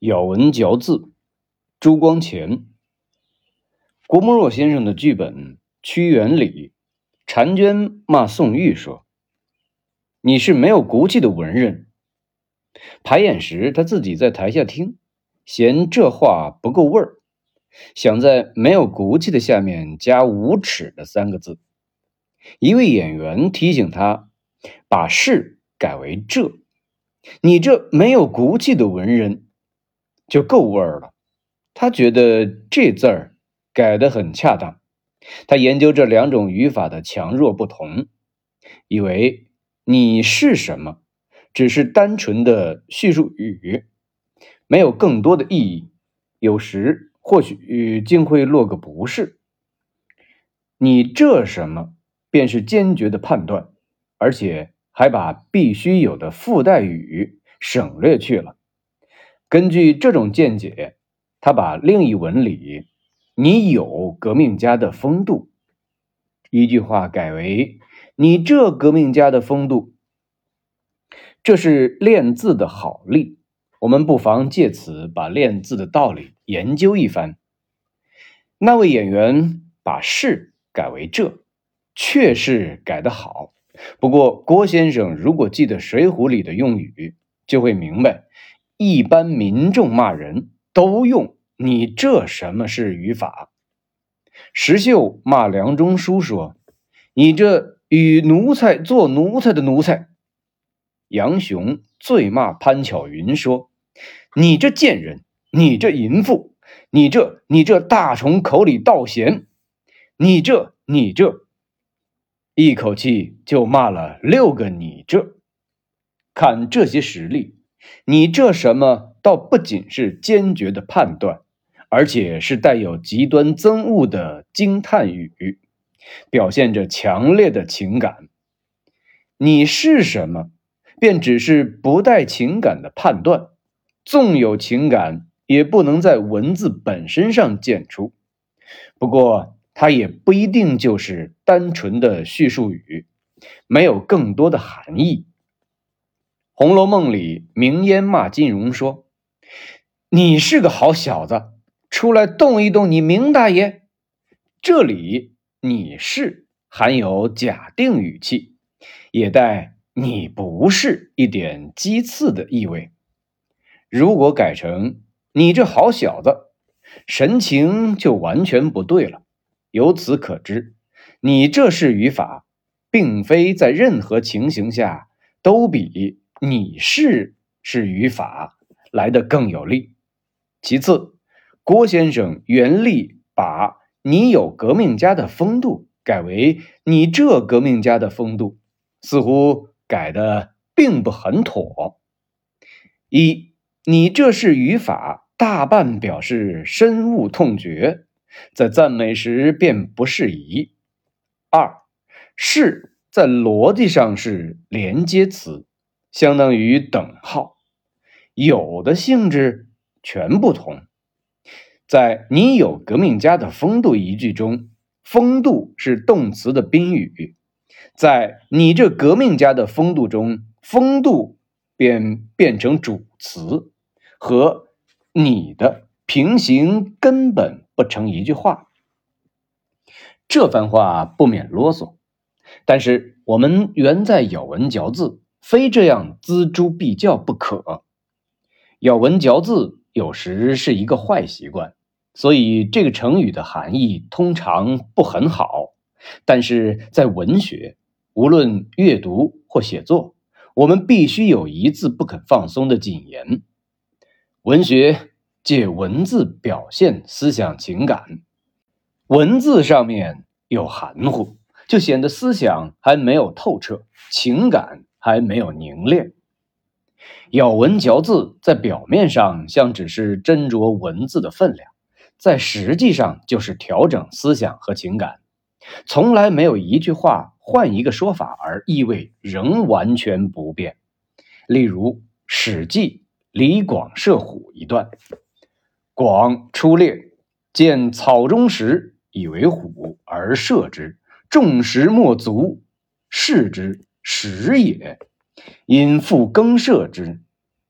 咬文嚼字，朱光潜。郭沫若先生的剧本《屈原》里，婵娟骂宋玉说：“你是没有骨气的文人。”排演时，他自己在台下听，嫌这话不够味儿，想在没有骨气的下面加无耻的3个字。一位演员提醒他，把是改为这，你这没有骨气的文人，就够味儿了。他觉得这字儿改得很恰当。他研究这2种语法的强弱不同，以为你是什么只是单纯的叙述语，没有更多的意义，有时或许竟会落个不是。你这什么便是坚决的判断，而且还把必须有的附带语省略去了。根据这种见解，他把另一文里你有革命家的风度一句话改为你这革命家的风度。这是练字的好例，我们不妨借此把练字的道理研究一番。那位演员把是改为这，确是改得好。不过郭先生如果记得《水浒》里的用语，就会明白，一般民众骂人都用你这什么是语法。石秀骂梁中书说：“你这与奴才做奴才的奴才。”杨雄醉骂潘巧云说：“你这贱人，你这淫妇，你这大虫口里倒咸，你这，一口气就骂了6个你这。”看这些实例，你这什么倒不仅是坚决的判断，而且是带有极端憎恶的惊叹语，表现着强烈的情感。你是什么便只是不带情感的判断，纵有情感也不能在文字本身上见出。不过它也不一定就是单纯的叙述语，没有更多的含义。《红楼梦》里明烟骂金庸说：“你是个好小子，出来动一动你明大爷。”这里你是含有假定语气，也带你不是一点讥刺的意味。如果改成你这好小子，神情就完全不对了。由此可知，你这是语法并非在任何情形下都比你是语法来得更有力。其次，郭先生原力把你有革命家的风度改为你这革命家的风度，似乎改得并不很妥。一，你这是语法大半表示深恶痛绝，在赞美时便不适宜。二，是在逻辑上是连接词，相当于等号，有的性质全不同。在你有革命家的风度一句中，风度是动词的宾语，在你这革命家的风度中，风度便变成主词，和你的平行根本不成一句话。这番话不免啰嗦，但是我们原在咬文嚼字，非这样锱铢必较不可。咬文嚼字有时是一个坏习惯，所以这个成语的含义通常不很好。但是在文学，无论阅读或写作，我们必须有一字不肯放松的谨言。文学借文字表现思想情感，文字上面有含糊，就显得思想还没有透彻，情感还没有凝练。咬文嚼字在表面上像只是斟酌文字的分量，在实际上就是调整思想和情感，从来没有一句话换一个说法而意味仍完全不变。例如《史记》李广射虎一段：广出猎，见草中石，以为虎，而射之，众石莫足，视之，石也，因复更射之。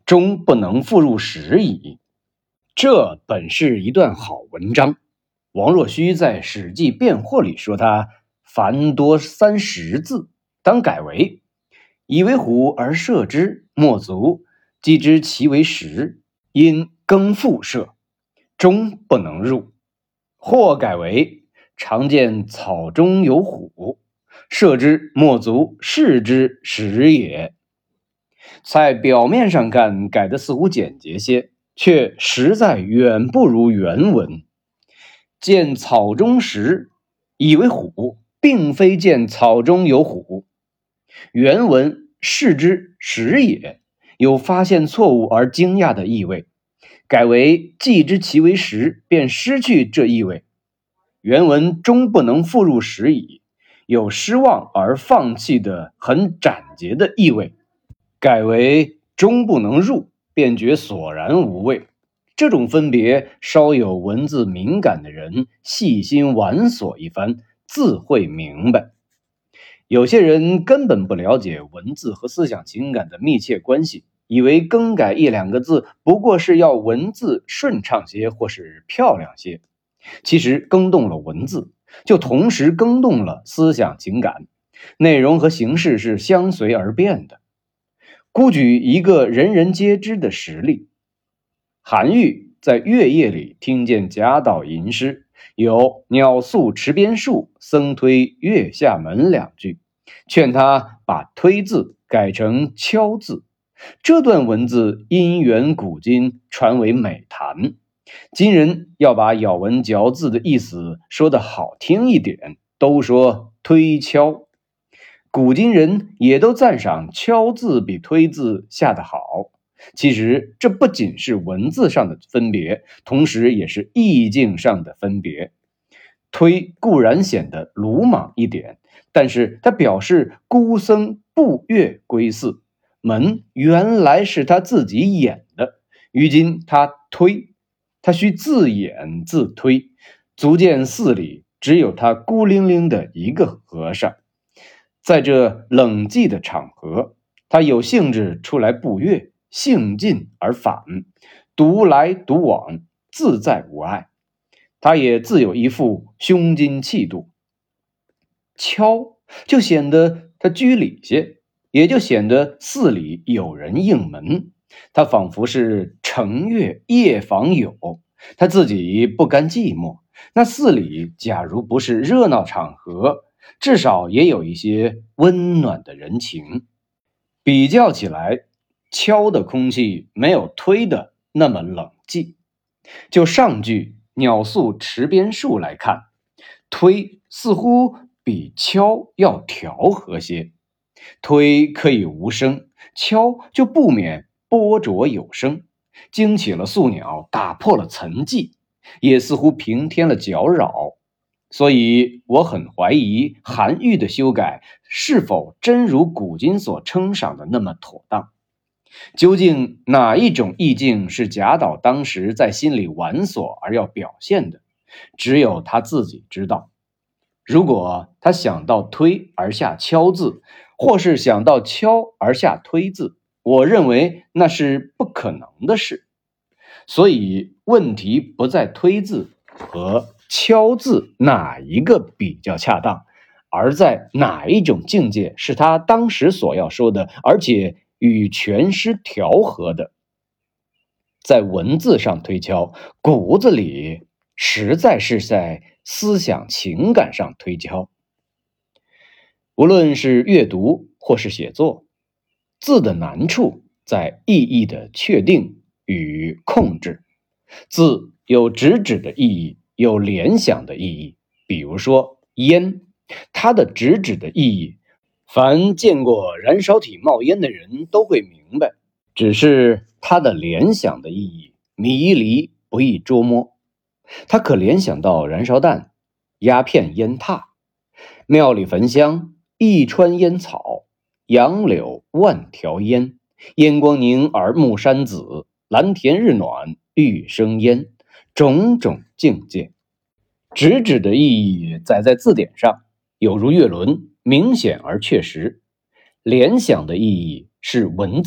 终不能复入史矣。这本是一段好文章。王若虚在《史记辩惑》里说他繁多30字，当改为以为虎而射之，莫足，击之其为实，因更复射，终不能入。或改为常见草中有虎，射之莫足，视之实也。在表面上看，改得似乎简洁些，却实在远不如原文。见草中实，以为虎，并非见草中有虎。原文视之实也，有发现错误而惊讶的意味，改为记之其为实，便失去这意味。原文终不能复入史矣，有失望而放弃的很斩截的意味，改为终不能入，便觉索然无味。这种分别，稍有文字敏感的人细心玩索一番，自会明白。有些人根本不了解文字和思想情感的密切关系，以为更改1、2个字不过是要文字顺畅些或是漂亮些。其实更动了文字，就同时更动了思想情感，内容和形式是相随而变的。孤举一个人人皆知的实例，韩愈在《月夜》里听见贾岛吟诗，有鸟宿池边树，僧推月下门2句，劝他把推字改成敲字。这段文字因缘古今，传为美谈。今人要把咬文嚼字的意思说得好听一点，都说推敲。古今人也都赞赏敲字比推字下得好。其实这不仅是文字上的分别，同时也是意境上的分别。推固然显得鲁莽一点，但是它表示孤僧步月归寺，门原来是他自己演的，如今他推，他需自演自推，足见寺里只有他孤零零的一个和尚。在这冷寂的场合，他有兴致出来步月，兴尽而返，独来独往，自在无碍。他也自有一副胸襟气度。敲就显得他居礼些，也就显得寺里有人应门。他仿佛是乘月夜访友，他自己不甘寂寞。那寺里假如不是热闹场合，至少也有一些温暖的人情。比较起来，敲的空气没有推的那么冷寂。就上句鸟宿池边树来看，推似乎比敲要调和些。推可以无声，敲就不免波浊有声，惊起了宿鸟，打破了岑寂，也似乎平添了搅扰。所以我很怀疑韩愈的修改是否真如古今所称赏的那么妥当。究竟哪一种意境是贾岛当时在心里玩索而要表现的，只有他自己知道。如果他想到推而下敲字，或是想到敲而下推字，我认为那是不可能的事。所以问题不在推字和敲字哪一个比较恰当，而在哪一种境界是他当时所要说的，而且与全诗调和的。在文字上推敲，骨子里实在是在思想情感上推敲。无论是阅读或是写作，字的难处在意义的确定与控制。字有直指的意义，有联想的意义。比如说烟，它的直指的意义，凡见过燃烧体冒烟的人都会明白，只是它的联想的意义迷离不易捉摸。它可联想到燃烧弹、鸦片烟榻、庙里焚香、一川烟草、杨柳万条烟、烟光凝而木山紫、蓝田日暖玉生烟，种种境界。直指的意义载在字典上，有如月轮，明显而确实。联想的意义是文字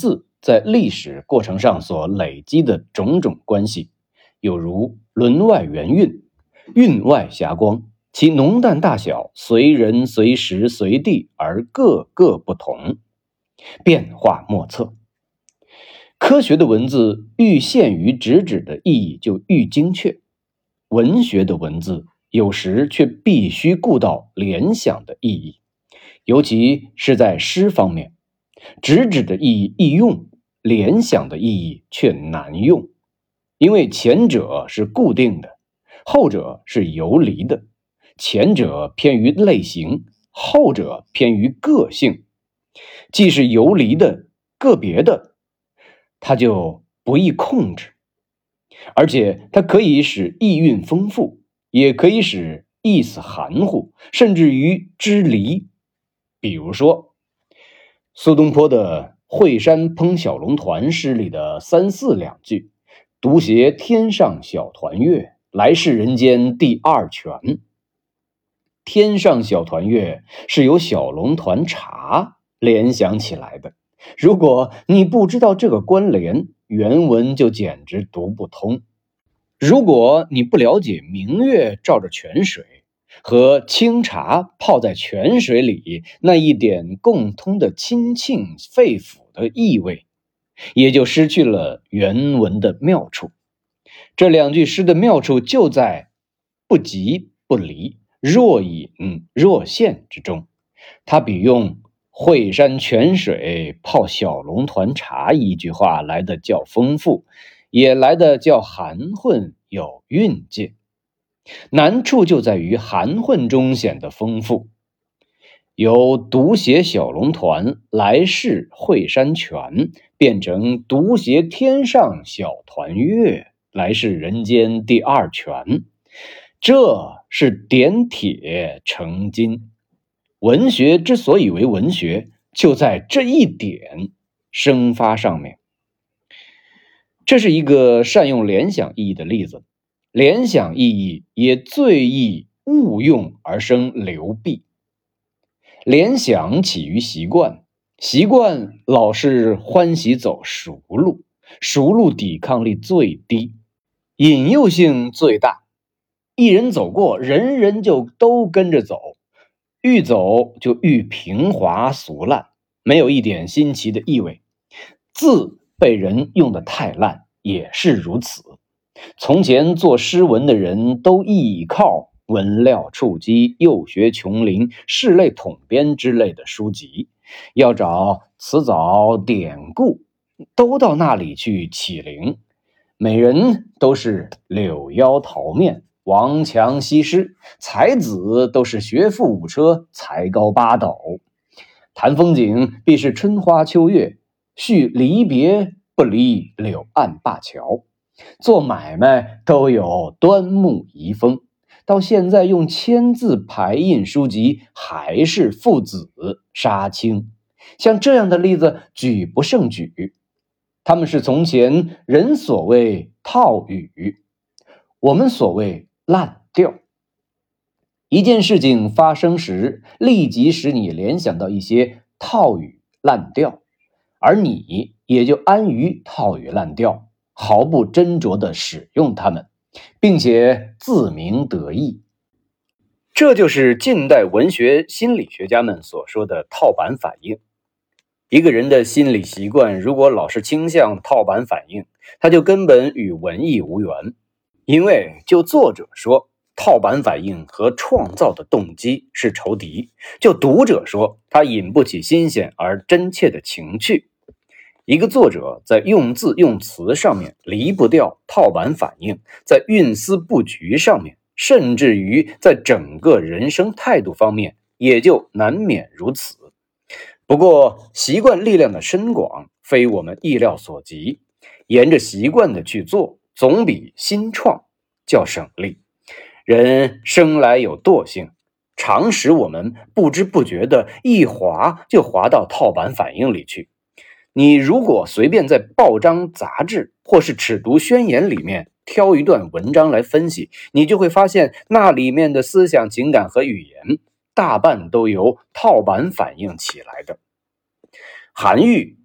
在历史过程上所累积的种种关系，有如轮外圆韵，韵外霞光，其浓淡大小随人随时随地而各个不同，变化莫测。科学的文字愈限于直指的意义就愈精确，文学的文字有时却必须顾到联想的意义，尤其是在诗方面，直指的意义易用，联想的意义却难用，因为前者是固定的，后者是游离的，前者偏于类型，后者偏于个性。既是游离的、个别的，它就不易控制，而且它可以使意蕴丰富，也可以使意思含糊，甚至于支离。比如说苏东坡的惠山烹小龙团诗里的3、4两句，独携天上小团月，来世人间第二泉。天上小团月是由小龙团茶联想起来的，如果你不知道这个关联，原文就简直读不通。如果你不了解明月照着泉水和清茶泡在泉水里那一点共通的清沁肺腑的意味，也就失去了原文的妙处。这两句诗的妙处就在不即不离，若隐若现之中。它比用惠山泉水泡小龙团茶一句话来得较丰富，也来得较含混有韵界。难处就在于含混中显得丰富，由独携小龙团来世惠山泉变成独携天上小团月来世人间第二泉，这是点铁成金。文学之所以为文学，就在这一点生发上面。这是一个善用联想意义的例子，联想意义也最易误用而生流弊。联想起于习惯，习惯老是欢喜走熟路，熟路抵抗力最低，引诱性最大，一人走过，人人就都跟着走，愈走就愈平滑俗烂，没有一点新奇的意味。字被人用得太烂也是如此。从前做诗文的人都倚靠文料触机、幼学琼林、室类统编之类的书籍，要找词藻典故都到那里去起灵，每人都是柳腰桃面、王强西施，才子都是学富五车、才高八斗，谈风景必是春花秋月，叙离别不离柳岸灞桥，做买卖都有端木遗风，到现在用签字排印书籍还是父子杀青。像这样的例子举不胜举，他们是从前人所谓套语，我们所谓烂调。一件事情发生时，立即使你联想到一些套语烂调，而你也就安于套语烂调，毫不斟酌地使用它们，并且自鸣得意。这就是近代文学心理学家们所说的套板反应。一个人的心理习惯如果老是倾向套板反应，他就根本与文艺无缘。因为就作者说，套板反应和创造的动机是仇敌；就读者说，它引不起新鲜而真切的情趣。一个作者在用字用词上面离不掉套板反应，在运思布局上面，甚至于在整个人生态度方面，也就难免如此。不过习惯力量的深广非我们意料所及，沿着习惯的去做，总比新创较省力。人生来有惰性，常使我们不知不觉的一滑就滑到套板反应里去。你如果随便在报章杂志或是尺牍宣言里面挑一段文章来分析，你就会发现那里面的思想情感和语言大半都由套板反应起来的。韩愈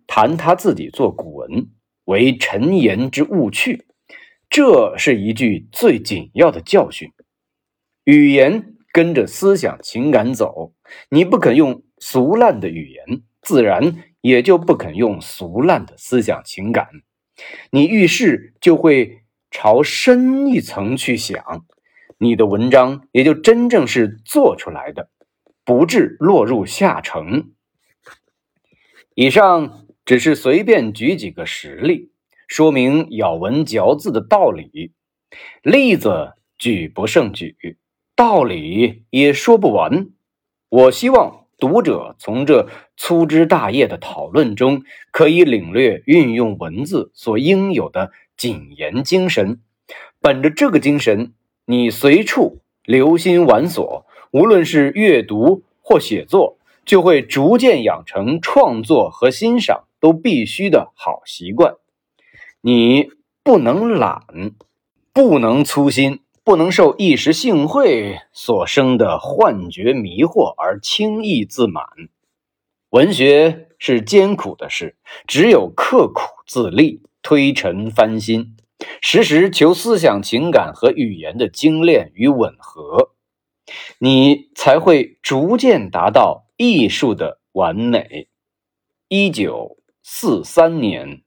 谈他自己做古文为陈言之误趣，这是一句最紧要的教训。语言跟着思想情感走，你不肯用俗烂的语言，自然也就不肯用俗烂的思想情感。你遇事就会朝深一层去想，你的文章也就真正是做出来的，不致落入下乘。以上只是随便举几个实例，说明咬文嚼字的道理。例子举不胜举，道理也说不完。我希望读者从这粗枝大叶的讨论中，可以领略运用文字所应有的谨言精神。本着这个精神，你随处留心玩索，无论是阅读或写作，就会逐渐养成创作和欣赏都必须的好习惯。你不能懒，不能粗心，不能受一时兴会所生的幻觉迷惑而轻易自满。文学是艰苦的事，只有刻苦自立，推陈翻新，时时求思想情感和语言的精炼与吻合，你才会逐渐达到艺术的完美。1943年